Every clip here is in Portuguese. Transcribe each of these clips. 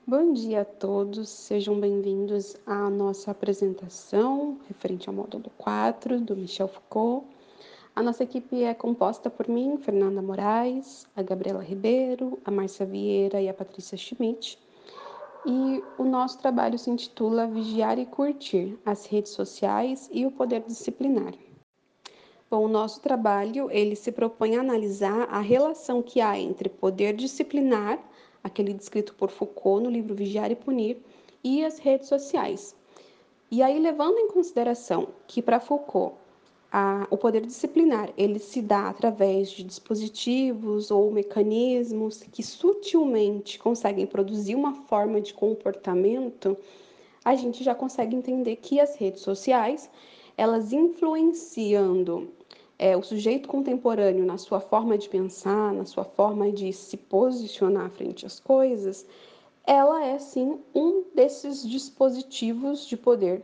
Bom dia a todos, sejam bem-vindos à nossa apresentação referente ao módulo 4 do Michel Foucault. A nossa equipe é composta por mim, Fernanda Moraes, a Gabriela Ribeiro, a Márcia Vieira e a Patrícia Schmidt. E o nosso trabalho se intitula Vigiar e Curtir as redes sociais e o poder disciplinar. Bom, o nosso trabalho, ele se propõe a analisar a relação que há entre poder disciplinar, aquele descrito por Foucault no livro Vigiar e Punir, e as redes sociais. E aí, levando em consideração que para Foucault, o poder disciplinar, ele se dá através de dispositivos ou mecanismos que sutilmente conseguem produzir uma forma de comportamento, a gente já consegue entender que as redes sociais, elas influenciando o sujeito contemporâneo na sua forma de pensar, na sua forma de se posicionar frente às coisas, ela é sim um desses dispositivos de poder.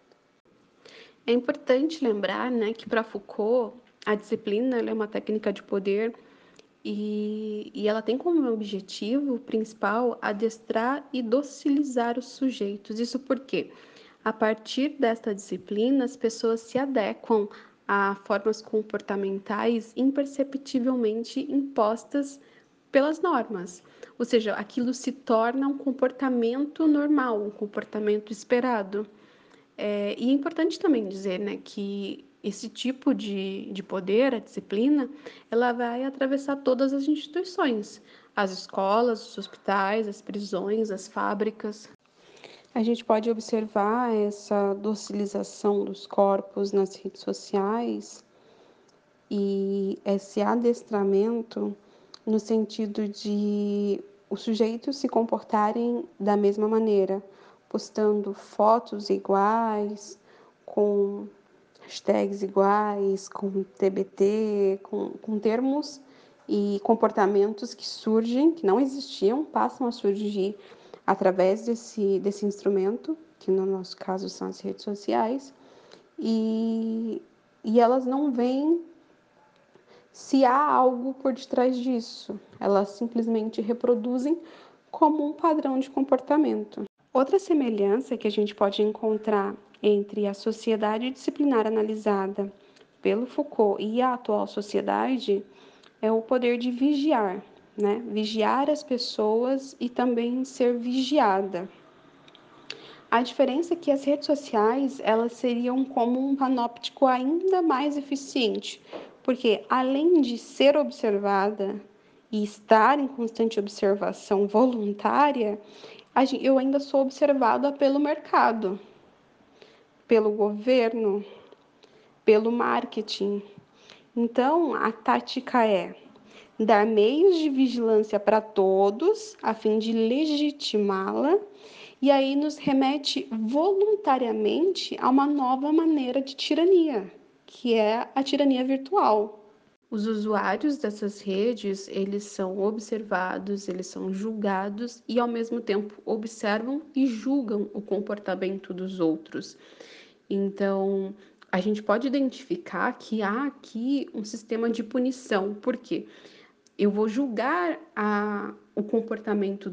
É importante lembrar, né, que para Foucault a disciplina é uma técnica de poder e ela tem como objetivo principal adestrar e docilizar os sujeitos. Isso porque, a partir desta disciplina, as pessoas se adequam a formas comportamentais imperceptivelmente impostas pelas normas. Ou seja, aquilo se torna um comportamento normal, um comportamento esperado. E é importante também dizer, né, que esse tipo de poder, a disciplina, ela vai atravessar todas as instituições, as escolas, os hospitais, as prisões, as fábricas. A gente pode observar essa docilização dos corpos nas redes sociais e esse adestramento no sentido de os sujeitos se comportarem da mesma maneira, postando fotos iguais, com hashtags iguais, com TBT, com termos e comportamentos que surgem, que não existiam, passam a surgir através desse instrumento, que no nosso caso são as redes sociais, e, e elas não veem se há algo por detrás disso. Elas simplesmente reproduzem como um padrão de comportamento. Outra semelhança que a gente pode encontrar entre a sociedade disciplinar analisada pelo Foucault e a atual sociedade é o poder de vigiar, né? Vigiar as pessoas e também ser vigiada. A diferença é que as redes sociais, elas seriam como um panóptico ainda mais eficiente, porque além de ser observada e estar em constante observação voluntária, eu ainda sou observada pelo mercado, pelo governo, pelo marketing. Então, a tática é dar meios de vigilância para todos, a fim de legitimá-la, e aí nos remete voluntariamente a uma nova maneira de tirania, que é a tirania virtual. Os usuários dessas redes, eles são observados, eles são julgados e, ao mesmo tempo, observam e julgam o comportamento dos outros. Então, a gente pode identificar que há aqui um sistema de punição. Por quê? Eu vou julgar o comportamento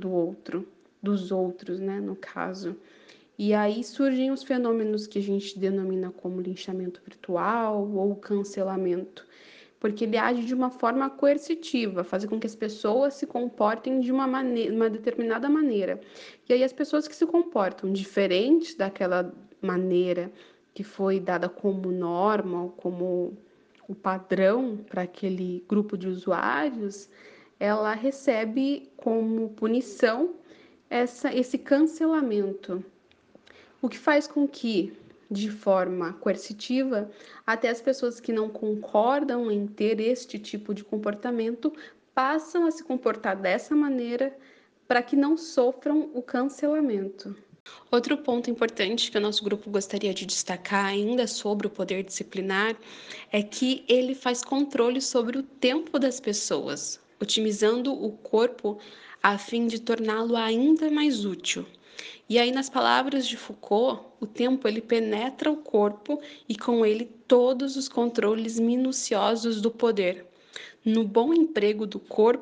dos outros, né, no caso. E aí surgem os fenômenos que a gente denomina como linchamento virtual ou cancelamento, porque ele age de uma forma coercitiva, fazer com que as pessoas se comportem de uma determinada maneira. E aí as pessoas que se comportam diferente daquela maneira que foi dada como norma, como o padrão para aquele grupo de usuários, ela recebe como punição esse cancelamento, o que faz com que, de forma coercitiva, até as pessoas que não concordam em ter este tipo de comportamento passam a se comportar dessa maneira para que não sofram o cancelamento. Outro ponto importante que o nosso grupo gostaria de destacar ainda sobre o poder disciplinar é que ele faz controle sobre o tempo das pessoas, otimizando o corpo a fim de torná-lo ainda mais útil. E aí, nas palavras de Foucault, o tempo ele penetra o corpo e com ele todos os controles minuciosos do poder. No bom emprego do corpo,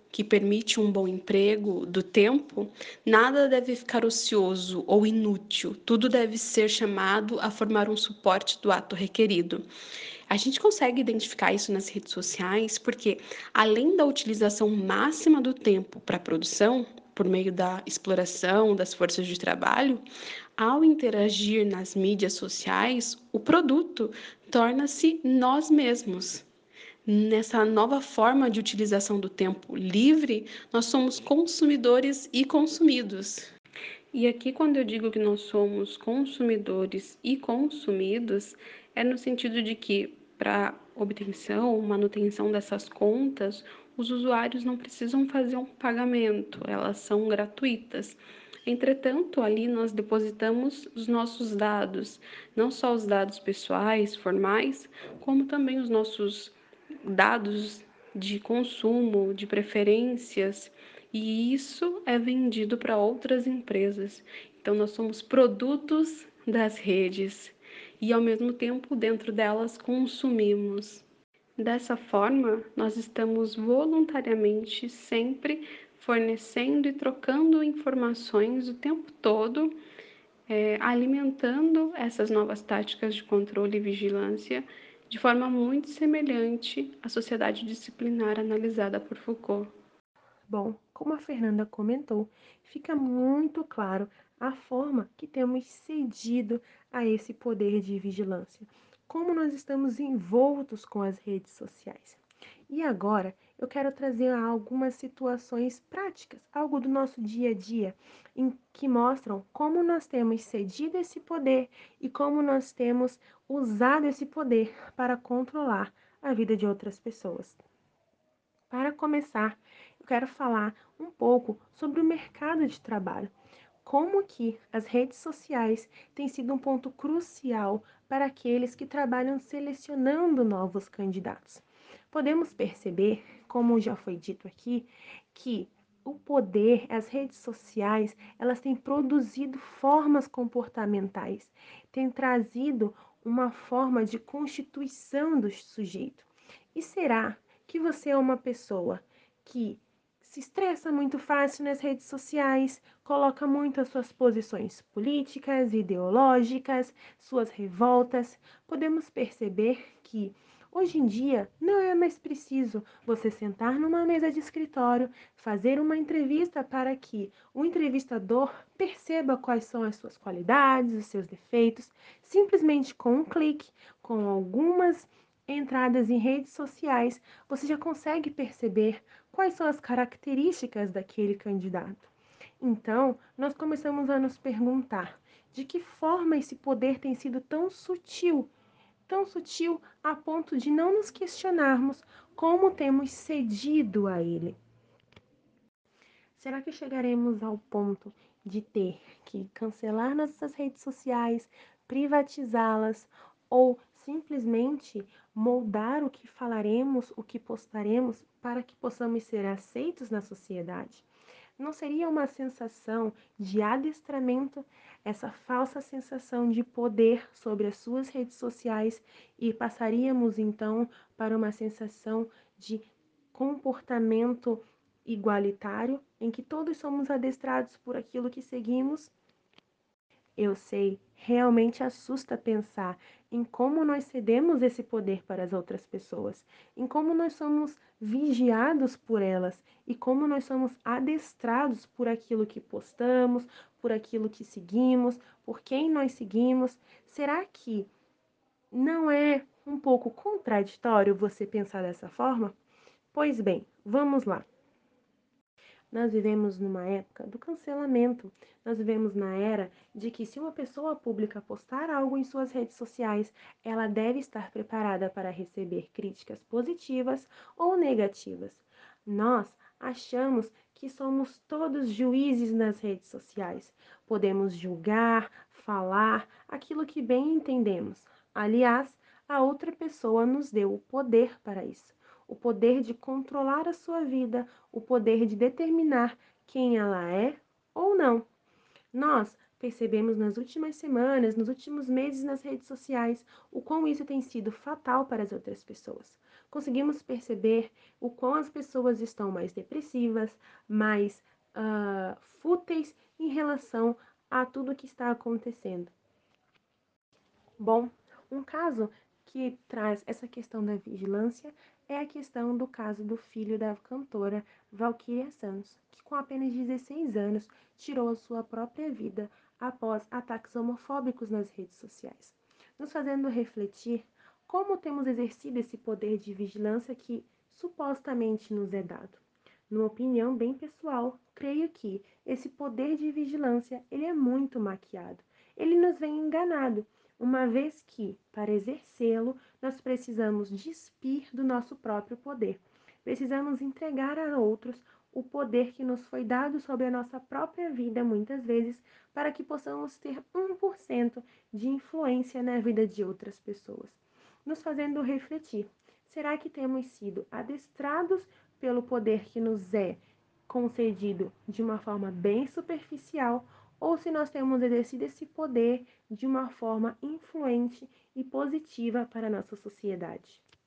que permite um bom emprego do tempo, nada deve ficar ocioso ou inútil, tudo deve ser chamado a formar um suporte do ato requerido. A gente consegue identificar isso nas redes sociais porque, além da utilização máxima do tempo para a produção, por meio da exploração das forças de trabalho, ao interagir nas mídias sociais, o produto torna-se nós mesmos. Nessa nova forma de utilização do tempo livre, nós somos consumidores e consumidos. E aqui, quando eu digo que nós somos consumidores e consumidos, é no sentido de que, para obtenção, manutenção dessas contas, os usuários não precisam fazer um pagamento, elas são gratuitas. Entretanto, ali nós depositamos os nossos dados, não só os dados pessoais, formais, como também os nossos dados de consumo, de preferências, e isso é vendido para outras empresas. Então, nós somos produtos das redes e, ao mesmo tempo, dentro delas, consumimos. Dessa forma, nós estamos voluntariamente sempre fornecendo e trocando informações o tempo todo, alimentando essas novas táticas de controle e vigilância de forma muito semelhante à sociedade disciplinar analisada por Foucault. Bom, como a Fernanda comentou, fica muito claro a forma que temos cedido a esse poder de vigilância, como nós estamos envoltos com as redes sociais. E agora eu quero trazer algumas situações práticas, algo do nosso dia a dia, em que mostram como nós temos cedido esse poder e como nós temos usado esse poder para controlar a vida de outras pessoas. Para começar, eu quero falar um pouco sobre o mercado de trabalho. Como que as redes sociais têm sido um ponto crucial para aqueles que trabalham selecionando novos candidatos. Podemos perceber, como já foi dito aqui, que o poder, as redes sociais, elas têm produzido formas comportamentais, têm trazido uma forma de constituição do sujeito. E será que você é uma pessoa que se estressa muito fácil nas redes sociais, coloca muito as suas posições políticas, ideológicas, suas revoltas? Podemos perceber que hoje em dia não é mais preciso você sentar numa mesa de escritório, fazer uma entrevista para que o entrevistador perceba quais são as suas qualidades, os seus defeitos, simplesmente com um clique, com algumas entradas em redes sociais, você já consegue perceber quais são as características daquele candidato. Então, nós começamos a nos perguntar de que forma esse poder tem sido tão sutil a ponto de não nos questionarmos como temos cedido a ele. Será que chegaremos ao ponto de ter que cancelar nossas redes sociais, privatizá-las ou simplesmente moldar o que falaremos, o que postaremos para que possamos ser aceitos na sociedade? Não seria uma sensação de adestramento, essa falsa sensação de poder sobre as suas redes sociais e passaríamos então para uma sensação de comportamento igualitário, em que todos somos adestrados por aquilo que seguimos? Eu sei, realmente assusta pensar em como nós cedemos esse poder para as outras pessoas, em como nós somos vigiados por elas e como nós somos adestrados por aquilo que postamos, por aquilo que seguimos, por quem nós seguimos. Será que não é um pouco contraditório você pensar dessa forma? Pois bem, vamos lá. Nós vivemos numa época do cancelamento. Nós vivemos na era de que se uma pessoa pública postar algo em suas redes sociais, ela deve estar preparada para receber críticas positivas ou negativas. Nós achamos que somos todos juízes nas redes sociais. Podemos julgar, falar aquilo que bem entendemos. Aliás, a outra pessoa nos deu o poder para isso, o poder de controlar a sua vida, o poder de determinar quem ela é ou não. Nós percebemos nas últimas semanas, nos últimos meses nas redes sociais, o quão isso tem sido fatal para as outras pessoas. conseguimos perceber o quão as pessoas estão mais depressivas, mais fúteis em relação a tudo que está acontecendo. Bom, um caso que traz essa questão da vigilância é a questão do caso do filho da cantora Valquíria Santos, que com apenas 16 anos tirou a sua própria vida após ataques homofóbicos nas redes sociais, nos fazendo refletir como temos exercido esse poder de vigilância que supostamente nos é dado. Numa opinião bem pessoal, creio que esse poder de vigilância ele é muito maquiado. Ele nos vem enganado, uma vez que, para exercê-lo, nós precisamos despir do nosso próprio poder. Precisamos entregar a outros o poder que nos foi dado sobre a nossa própria vida, muitas vezes, para que possamos ter 1% de influência na vida de outras pessoas, nos fazendo refletir. Será que temos sido adestrados pelo poder que nos é concedido de uma forma bem superficial, ou se nós temos exercido esse poder de uma forma influente e positiva para a nossa sociedade?